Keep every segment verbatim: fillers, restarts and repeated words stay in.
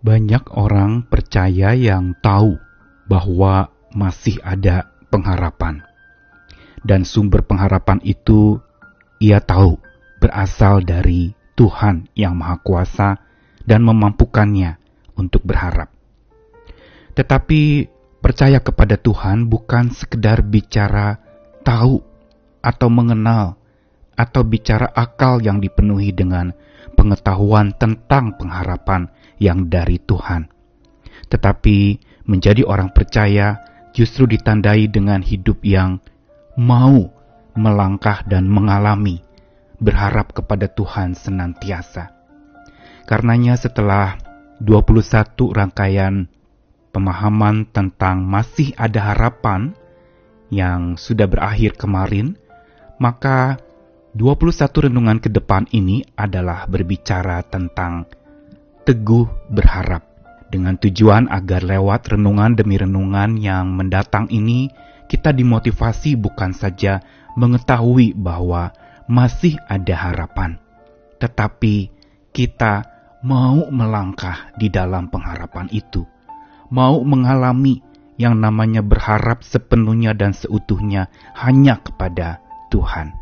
Banyak orang percaya yang tahu bahwa masih ada pengharapan. Dan sumber pengharapan itu ia tahu berasal dari Tuhan yang Maha Kuasa dan memampukannya untuk berharap. Tetapi percaya kepada Tuhan bukan sekedar bicara tahu atau mengenal atau bicara akal yang dipenuhi dengan pengetahuan tentang pengharapan yang dari Tuhan. Tetapi menjadi orang percaya justru ditandai dengan hidup yang mau melangkah dan mengalami berharap kepada Tuhan senantiasa. Karenanya setelah dua puluh satu rangkaian pemahaman tentang masih ada harapan yang sudah berakhir kemarin, maka dua puluh satu renungan ke depan ini adalah berbicara tentang teguh berharap, dengan tujuan agar lewat renungan demi renungan yang mendatang ini kita dimotivasi bukan saja mengetahui bahwa masih ada harapan, tetapi kita mau melangkah di dalam pengharapan itu, mau mengalami yang namanya berharap sepenuhnya dan seutuhnya hanya kepada Tuhan.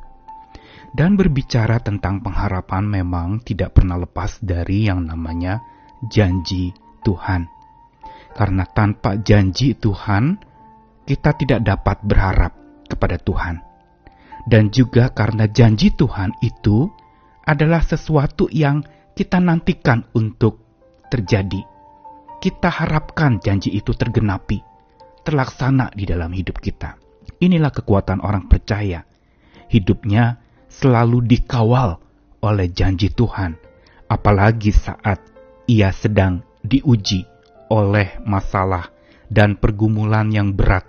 Dan berbicara tentang pengharapan memang tidak pernah lepas dari yang namanya janji Tuhan. Karena tanpa janji Tuhan, kita tidak dapat berharap kepada Tuhan. Dan juga karena janji Tuhan itu adalah sesuatu yang kita nantikan untuk terjadi. Kita harapkan janji itu tergenapi, terlaksana di dalam hidup kita. Inilah kekuatan orang percaya. Hidupnya selalu dikawal oleh janji Tuhan, apalagi saat ia sedang diuji oleh masalah dan pergumulan yang berat,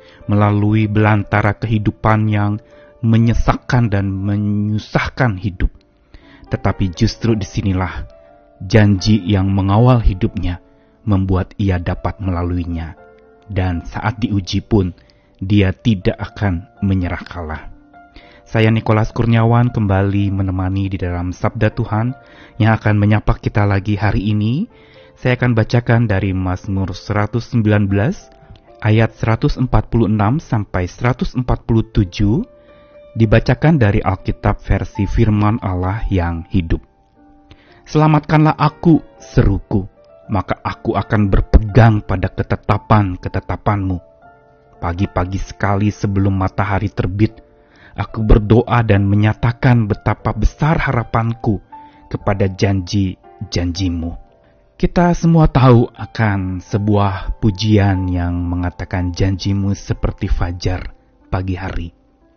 melalui belantara kehidupan yang menyesakkan dan menyusahkan hidup. Tetapi justru disinilah janji yang mengawal hidupnya membuat ia dapat melaluinya, dan saat diuji pun dia tidak akan menyerah kalah. Saya Nikolas Kurniawan kembali menemani di dalam Sabda Tuhan yang akan menyapa kita lagi hari ini. Saya akan bacakan dari Mazmur seratus sembilan belas ayat seratus empat puluh enam sampai seratus empat puluh tujuh, dibacakan dari Alkitab versi Firman Allah yang hidup. Selamatkanlah aku, seruku, maka aku akan berpegang pada ketetapan-ketetapanmu. Pagi-pagi sekali sebelum matahari terbit, aku berdoa dan menyatakan betapa besar harapanku kepada janji-janjimu. Kita semua tahu akan sebuah pujian yang mengatakan janjimu seperti fajar pagi hari.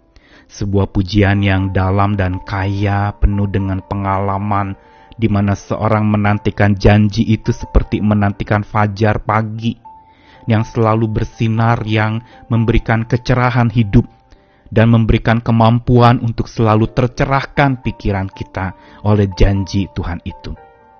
Sebuah pujian yang dalam dan kaya, penuh dengan pengalaman, di mana seorang menantikan janji itu seperti menantikan fajar pagi, yang selalu bersinar, yang memberikan kecerahan hidup, dan memberikan kemampuan untuk selalu tercerahkan pikiran kita oleh janji Tuhan itu.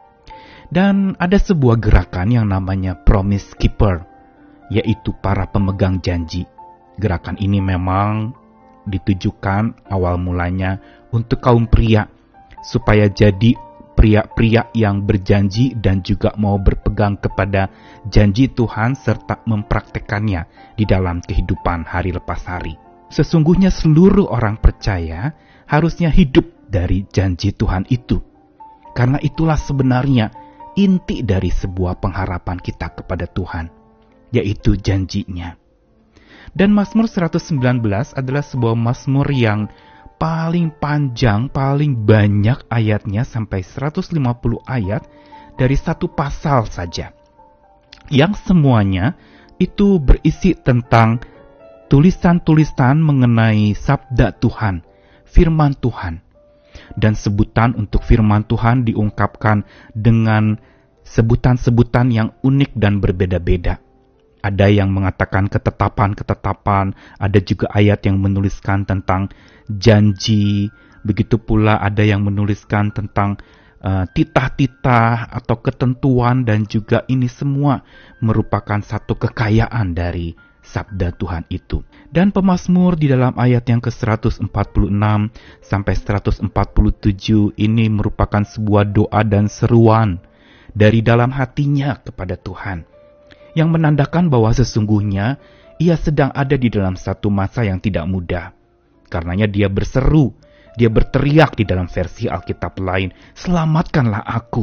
Dan ada sebuah gerakan yang namanya Promise Keeper, yaitu para pemegang janji. Gerakan ini memang ditujukan awal mulanya untuk kaum pria, supaya jadi pria-pria yang berjanji dan juga mau berpegang kepada janji Tuhan serta mempraktekannya di dalam kehidupan hari lepas hari. Sesungguhnya seluruh orang percaya harusnya hidup dari janji Tuhan itu. Karena itulah sebenarnya inti dari sebuah pengharapan kita kepada Tuhan, yaitu janjinya. Dan Mazmur seratus sembilan belas adalah sebuah mazmur yang paling panjang, paling banyak ayatnya sampai seratus lima puluh ayat dari satu pasal saja. Yang semuanya itu berisi tentang tulisan-tulisan mengenai sabda Tuhan, firman Tuhan. Dan sebutan untuk firman Tuhan diungkapkan dengan sebutan-sebutan yang unik dan berbeda-beda. Ada yang mengatakan ketetapan-ketetapan, ada juga ayat yang menuliskan tentang janji, begitu pula ada yang menuliskan tentang uh, titah-titah atau ketentuan, dan juga ini semua merupakan satu kekayaan dari sabda Tuhan itu. Dan pemazmur di dalam ayat yang ke seratus empat puluh enam sampai seratus empat puluh tujuh ini merupakan sebuah doa dan seruan dari dalam hatinya kepada Tuhan, yang menandakan bahwa sesungguhnya ia sedang ada di dalam satu masa yang tidak mudah. Karenanya dia berseru, dia berteriak di dalam versi Alkitab lain, "Selamatkanlah aku."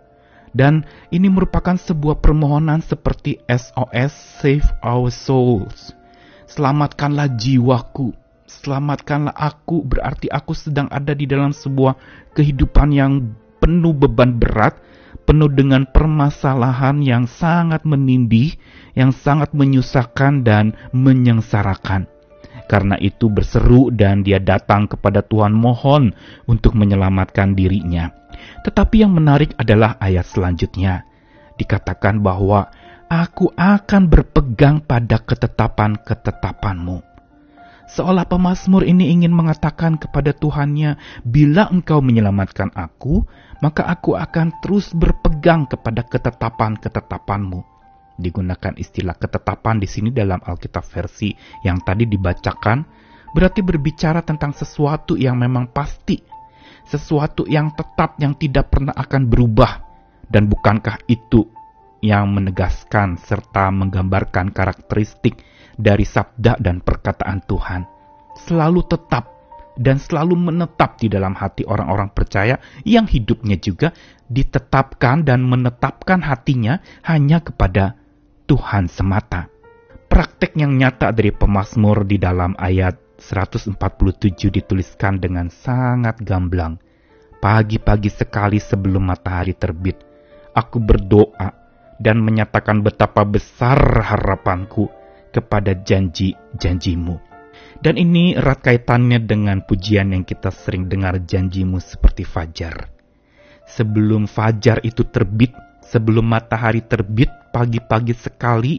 Dan ini merupakan sebuah permohonan seperti S O S, Save Our Souls. Selamatkanlah jiwaku, selamatkanlah aku, berarti aku sedang ada di dalam sebuah kehidupan yang penuh beban berat, penuh dengan permasalahan yang sangat menindih, yang sangat menyusahkan dan menyengsarakan. Karena itu berseru dan dia datang kepada Tuhan mohon untuk menyelamatkan dirinya. Tetapi yang menarik adalah ayat selanjutnya. Dikatakan bahwa aku akan berpegang pada ketetapan-ketetapanmu. Seolah pemazmur ini ingin mengatakan kepada Tuhannya, bila engkau menyelamatkan aku, maka aku akan terus berpegang kepada ketetapan-ketetapanmu. Digunakan istilah ketetapan di sini dalam Alkitab versi yang tadi dibacakan, berarti berbicara tentang sesuatu yang memang pasti, sesuatu yang tetap, yang tidak pernah akan berubah. Dan bukankah itu yang menegaskan serta menggambarkan karakteristik dari sabda dan perkataan Tuhan? Selalu tetap dan selalu menetap di dalam hati orang-orang percaya yang hidupnya juga ditetapkan dan menetapkan hatinya hanya kepada Tuhan semata. Praktek yang nyata dari pemazmur di dalam ayat seratus empat puluh tujuh dituliskan dengan sangat gamblang. Pagi-pagi sekali sebelum matahari terbit, aku berdoa dan menyatakan betapa besar harapanku kepada janji-janjimu. Dan ini erat kaitannya dengan pujian yang kita sering dengar, janjimu seperti fajar. Sebelum fajar itu terbit, sebelum matahari terbit, pagi-pagi sekali,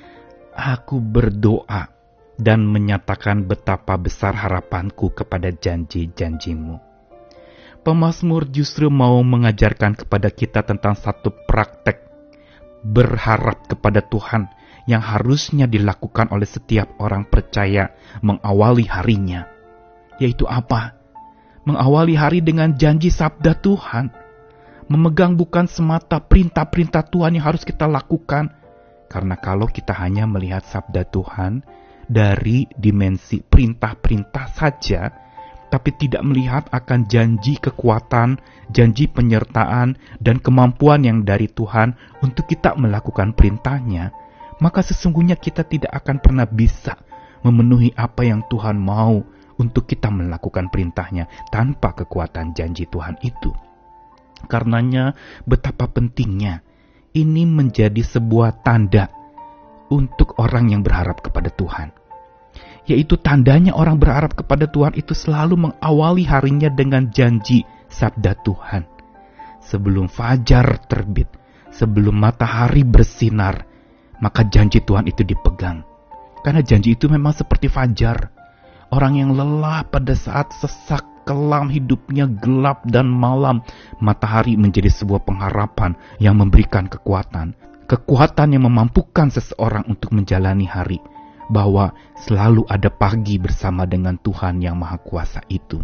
aku berdoa dan menyatakan betapa besar harapanku kepada janji-janjimu. Pemazmur justru mau mengajarkan kepada kita tentang satu praktek berharap kepada Tuhan yang harusnya dilakukan oleh setiap orang percaya mengawali harinya. Yaitu apa? Mengawali hari dengan janji sabda Tuhan. Memegang bukan semata perintah-perintah Tuhan yang harus kita lakukan. Karena kalau kita hanya melihat sabda Tuhan dari dimensi perintah-perintah saja, tapi tidak melihat akan janji kekuatan, janji penyertaan, dan kemampuan yang dari Tuhan untuk kita melakukan perintahnya, maka sesungguhnya kita tidak akan pernah bisa memenuhi apa yang Tuhan mau untuk kita melakukan perintahnya tanpa kekuatan janji Tuhan itu. Karenanya betapa pentingnya ini menjadi sebuah tanda untuk orang yang berharap kepada Tuhan. Yaitu tandanya orang berharap kepada Tuhan itu selalu mengawali harinya dengan janji sabda Tuhan. Sebelum fajar terbit, sebelum matahari bersinar, maka janji Tuhan itu dipegang. Karena janji itu memang seperti fajar. Orang yang lelah pada saat sesak, kelam hidupnya, gelap dan malam, matahari menjadi sebuah pengharapan yang memberikan kekuatan. Kekuatan yang memampukan seseorang untuk menjalani hari. Bahwa selalu ada pagi bersama dengan Tuhan yang Maha Kuasa itu.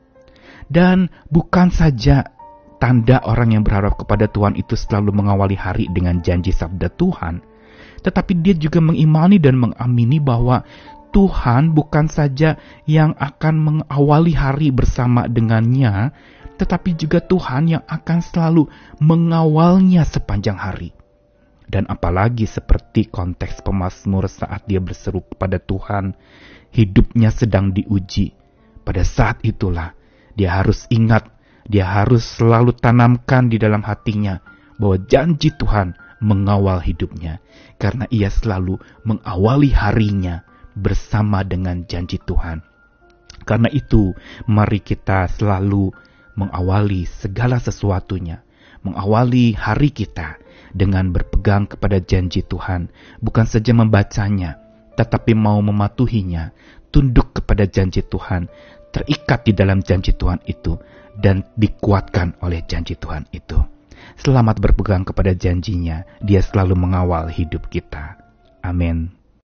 Dan bukan saja tanda orang yang berharap kepada Tuhan itu selalu mengawali hari dengan janji sabda Tuhan, tetapi dia juga mengimani dan mengamini bahwa Tuhan bukan saja yang akan mengawali hari bersama dengannya, tetapi juga Tuhan yang akan selalu mengawalnya sepanjang hari. Dan apalagi seperti konteks pemazmur saat dia berseru kepada Tuhan, hidupnya sedang diuji. Pada saat itulah dia harus ingat, dia harus selalu tanamkan di dalam hatinya bahwa janji Tuhan mengawal hidupnya. Karena ia selalu mengawali harinya bersama dengan janji Tuhan. Karena itu, mari kita selalu mengawali segala sesuatunya, mengawali hari kita dengan berpegang kepada janji Tuhan, bukan saja membacanya, tetapi mau mematuhinya, tunduk kepada janji Tuhan, terikat di dalam janji Tuhan itu, dan dikuatkan oleh janji Tuhan itu. Selamat berpegang kepada janjinya, dia selalu mengawal hidup kita. Amin.